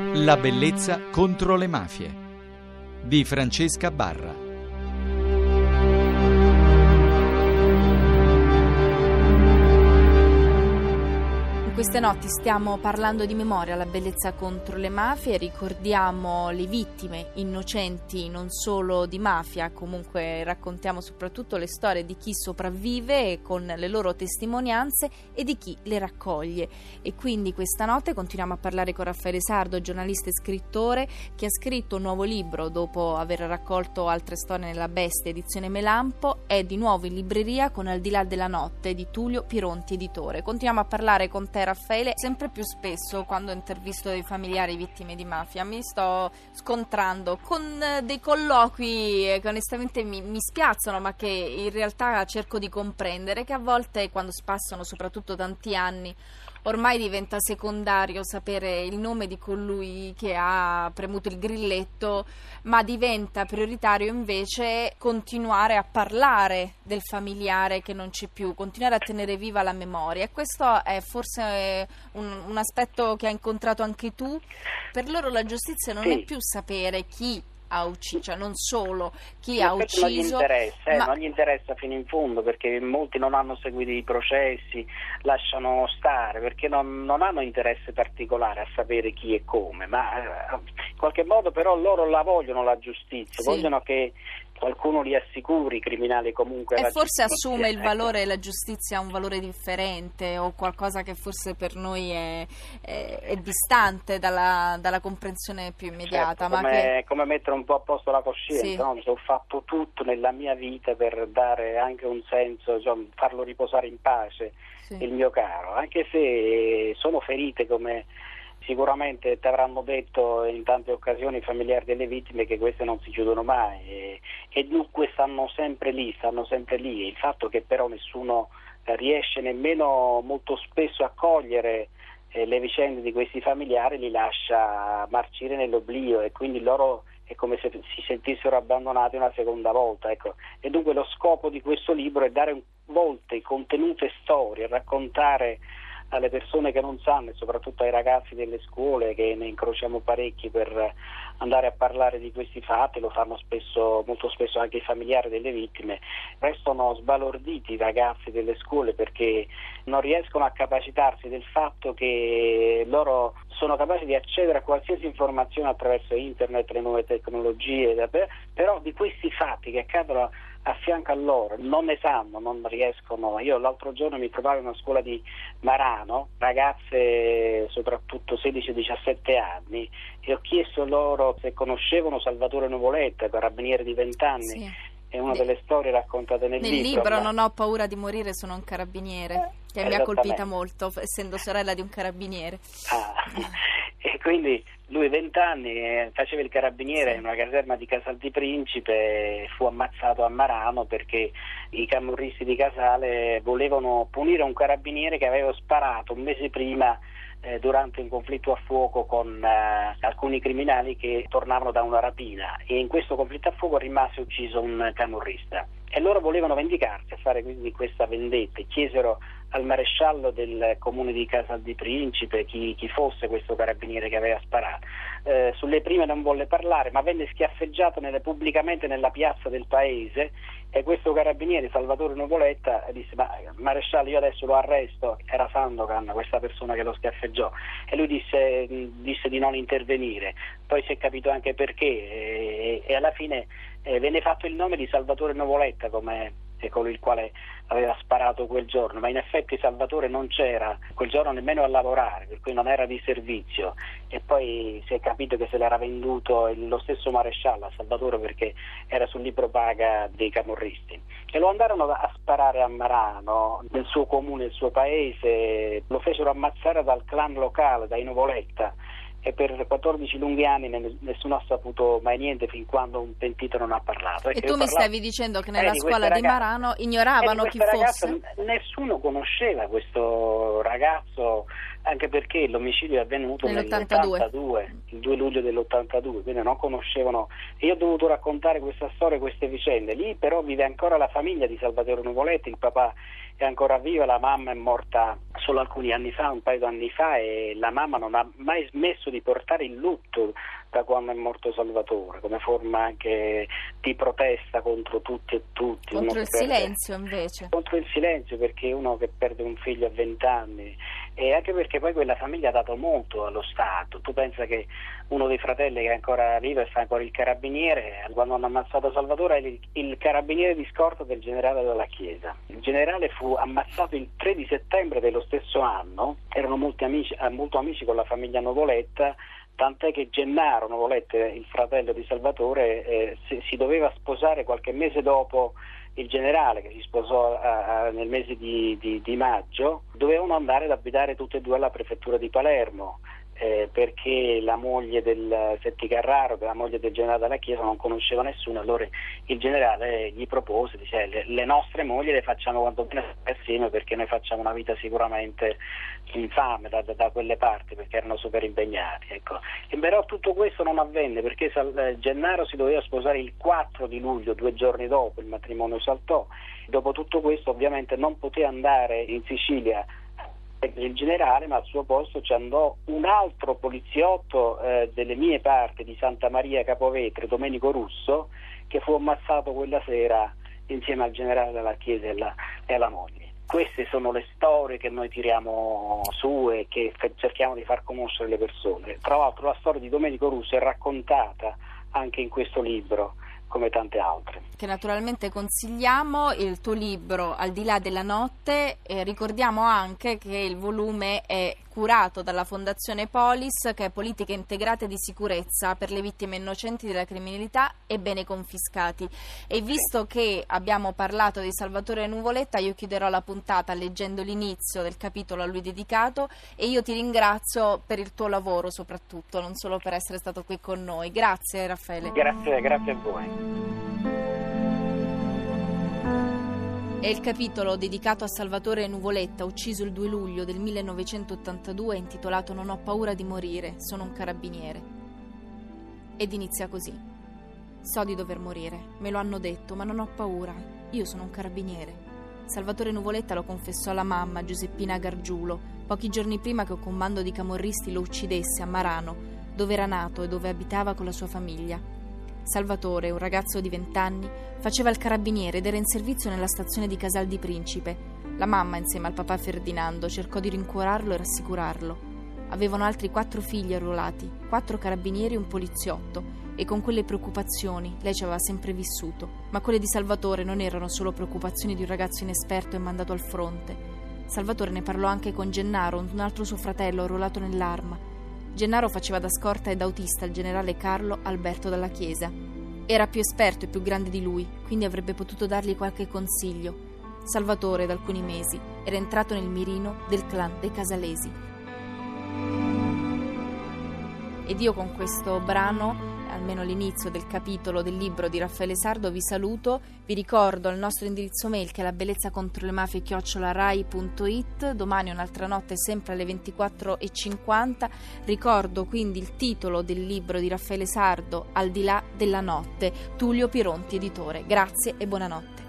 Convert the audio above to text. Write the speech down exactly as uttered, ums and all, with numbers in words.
La bellezza contro le mafie di Francesca Barra. Queste notti stiamo parlando di memoria, la bellezza contro le mafie, ricordiamo le vittime innocenti non solo di mafia, comunque raccontiamo soprattutto le storie di chi sopravvive con le loro testimonianze e di chi le raccoglie. E quindi questa notte continuiamo a parlare con Raffaele Sardo, giornalista e scrittore, che ha scritto un nuovo libro dopo aver raccolto altre storie nella Bestia, edizione Melampo, è di nuovo in libreria con Al di là della notte di Tullio Pironti, editore. Continuiamo a parlare con te, Raffaele. Sempre più spesso quando intervisto dei familiari vittime di mafia mi sto scontrando con dei colloqui che onestamente mi, mi spiazzano, ma che in realtà cerco di comprendere, che a volte, quando passano soprattutto tanti anni, ormai diventa secondario sapere il nome di colui che ha premuto il grilletto, ma diventa prioritario invece continuare a parlare del familiare che non c'è più, continuare a tenere viva la memoria. E questo è forse un, un aspetto che hai incontrato anche tu. Per loro la giustizia non sì. è più sapere chi ha ucciso, cioè non solo chi in ha ucciso, non gli interessa, eh, ma... non gli interessa fino in fondo, perché molti non hanno seguito i processi, lasciano stare perché non, non hanno interesse particolare a sapere chi e come, ma eh, in qualche modo però loro la vogliono la giustizia, sì. vogliono che qualcuno li assicuri, i criminali comunque. E la forse giustizia, assume il ecco. valore, la giustizia ha un valore differente, o qualcosa che forse per noi è, è, è distante dalla, dalla comprensione più immediata. Certo, ma come, che... come mettere un po' a posto la coscienza, sì. no? Ho fatto tutto nella mia vita per dare anche un senso, insomma, farlo riposare in pace, sì. il mio caro, anche se sono ferite, come sicuramente ti avranno detto in tante occasioni i familiari delle vittime, che queste non si chiudono mai e, e dunque stanno sempre lì, stanno sempre lì. Il fatto che però nessuno riesce nemmeno molto spesso a cogliere eh, le vicende di questi familiari li lascia marcire nell'oblio, e quindi loro è come se si sentissero abbandonati una seconda volta, ecco. E dunque lo scopo di questo libro è dare volte contenute storie, raccontare alle persone che non sanno, e soprattutto ai ragazzi delle scuole, che ne incrociamo parecchi per andare a parlare di questi fatti, lo fanno spesso, molto spesso anche i familiari delle vittime, restano sbalorditi i ragazzi delle scuole perché non riescono a capacitarsi del fatto che loro sono capaci di accedere a qualsiasi informazione attraverso internet, le nuove tecnologie, però di questi fatti che accadono a fianco a loro non ne sanno, non riescono. Io l'altro giorno mi trovavo in una scuola di Marano, ragazze soprattutto sedici diciassette anni, e ho chiesto loro se conoscevano Salvatore Nuvoletta, carabiniere di venti anni. Sì. È una delle storie raccontate nel, nel libro. Nel libro, ma... Non ho paura di morire, sono un carabiniere, che mi ha colpita molto, essendo sorella di un carabiniere. Ah. E quindi lui venti anni eh, faceva il carabiniere, sì. in una caserma di Casal di Principe, fu ammazzato a Marano perché i camorristi di Casale volevano punire un carabiniere che aveva sparato un mese prima eh, durante un conflitto a fuoco con eh, alcuni criminali che tornavano da una rapina, e in questo conflitto a fuoco rimase ucciso un camorrista e loro volevano vendicarsi, a fare quindi questa vendetta, e chiesero al maresciallo del comune di Casal di Principe chi, chi fosse questo carabiniere che aveva sparato. Eh, sulle prime non volle parlare, ma venne schiaffeggiato nelle, pubblicamente nella piazza del paese, e questo carabiniere, Salvatore Nuvoletta, disse: ma maresciallo, io adesso lo arresto. Era Sandokan questa persona che lo schiaffeggiò, e lui disse, disse di non intervenire. Poi si è capito anche perché, e, e alla fine eh, venne fatto il nome di Salvatore Nuvoletta come colui il quale aveva sparato quel giorno, ma in effetti Salvatore non c'era quel giorno nemmeno a lavorare, per cui non era di servizio, e poi si è capito che se l'era venduto lo stesso maresciallo a Salvatore perché era sul libro paga dei camorristi, e lo andarono a sparare a Marano, nel suo comune, nel suo paese, lo fecero ammazzare dal clan locale, dai Nuvoletta, e per quattordici lunghi anni nessuno ha saputo mai niente, fin quando un pentito non ha parlato. E tu mi parlavo... stavi dicendo che nella eh, scuola di, di Marano ignoravano eh, chi ragazze, fosse? Nessuno conosceva questo ragazzo anche perché l'omicidio è avvenuto nell'ottantadue, nell'ottantadue, il due luglio dell'ottantadue, quindi non conoscevano. Io ho dovuto raccontare questa storia, queste vicende. Lì però vive ancora la famiglia di Salvatore Nuvoletti, il papà è ancora viva, la mamma è morta solo alcuni anni fa, un paio di anni fa, e la mamma non ha mai smesso di portare il lutto da quando è morto Salvatore, come forma anche di protesta contro tutti e tutti. Contro il silenzio invece. Contro il silenzio, perché uno che perde un figlio a vent'anni, e anche perché poi quella famiglia ha dato molto allo Stato. Tu pensa che uno dei fratelli che è ancora vivo e fa ancora il carabiniere, quando hanno ammazzato Salvatore, è il, il carabiniere di scorta del generale della Chiesa. Il generale fu ammazzato il tre di settembre dello stesso anno, erano molti amici, molto amici con la famiglia Nuvoletta, tant'è che Gennaro Nuvoletta, il fratello di Salvatore, eh, si, si doveva sposare qualche mese dopo il generale, che si sposò a, a, nel mese di, di, di maggio. Dovevano andare ad abitare tutti e due alla prefettura di Palermo, eh, perché la moglie del Setti Carraro, la moglie del generale della Chiesa, non conosceva nessuno. Allora il generale gli propose, dice, le, le nostre mogli le facciamo quanto bene assieme, perché noi facciamo una vita sicuramente infame da, da, da quelle parti, perché erano super impegnati, ecco. E però tutto questo non avvenne, perché Sal, Gennaro si doveva sposare il quattro di luglio, due giorni dopo il matrimonio saltò. Dopo tutto questo ovviamente non poté andare in Sicilia il generale, ma al suo posto ci andò un altro poliziotto eh, delle mie parti, di Santa Maria Capovetere, Domenico Russo, che fu ammazzato quella sera insieme al generale della Chiesa e alla, e alla moglie. Queste sono le storie che noi tiriamo su e che cerchiamo di far conoscere le persone. Tra l'altro la storia di Domenico Russo è raccontata anche in questo libro, come tante altre. Che naturalmente consigliamo, il tuo libro Al di là della notte. Eh, ricordiamo anche che il volume è curato dalla Fondazione Polis, che è Politiche Integrate di Sicurezza per le vittime innocenti della criminalità e beni confiscati. E visto che abbiamo parlato di Salvatore Nuvoletta, io chiuderò la puntata leggendo l'inizio del capitolo a lui dedicato, e io ti ringrazio per il tuo lavoro soprattutto, non solo per essere stato qui con noi. Grazie Raffaele. Grazie, grazie a voi. È il capitolo dedicato a Salvatore Nuvoletta, ucciso il due luglio del millenovecentottantadue, intitolato Non ho paura di morire, sono un carabiniere. Ed inizia così. So di dover morire, me lo hanno detto, ma non ho paura, io sono un carabiniere. Salvatore Nuvoletta lo confessò alla mamma, Giuseppina Gargiulo, pochi giorni prima che un comando di camorristi lo uccidesse a Marano, dove era nato e dove abitava con la sua famiglia. Salvatore, un ragazzo di vent'anni, faceva il carabiniere ed era in servizio nella stazione di Casal di Principe. La mamma, insieme al papà Ferdinando, cercò di rincuorarlo e rassicurarlo. Avevano altri quattro figli arruolati, quattro carabinieri e un poliziotto, e con quelle preoccupazioni lei ci aveva sempre vissuto. Ma quelle di Salvatore non erano solo preoccupazioni di un ragazzo inesperto e mandato al fronte. Salvatore ne parlò anche con Gennaro, un altro suo fratello arruolato nell'Arma. Gennaro faceva da scorta ed autista al generale Carlo Alberto Dalla Chiesa. Era più esperto e più grande di lui, quindi avrebbe potuto dargli qualche consiglio. Salvatore, da alcuni mesi, era entrato nel mirino del clan dei Casalesi. Ed io con questo brano, almeno l'inizio del capitolo del libro di Raffaele Sardo, vi saluto. Vi ricordo il nostro indirizzo mail, che è la bellezza contro le mafie chiocciola rai punto it. Domani un'altra notte, sempre alle ventiquattro e cinquanta. Ricordo quindi il titolo del libro di Raffaele Sardo, Al di là della notte, Tullio Pironti editore. Grazie e buonanotte.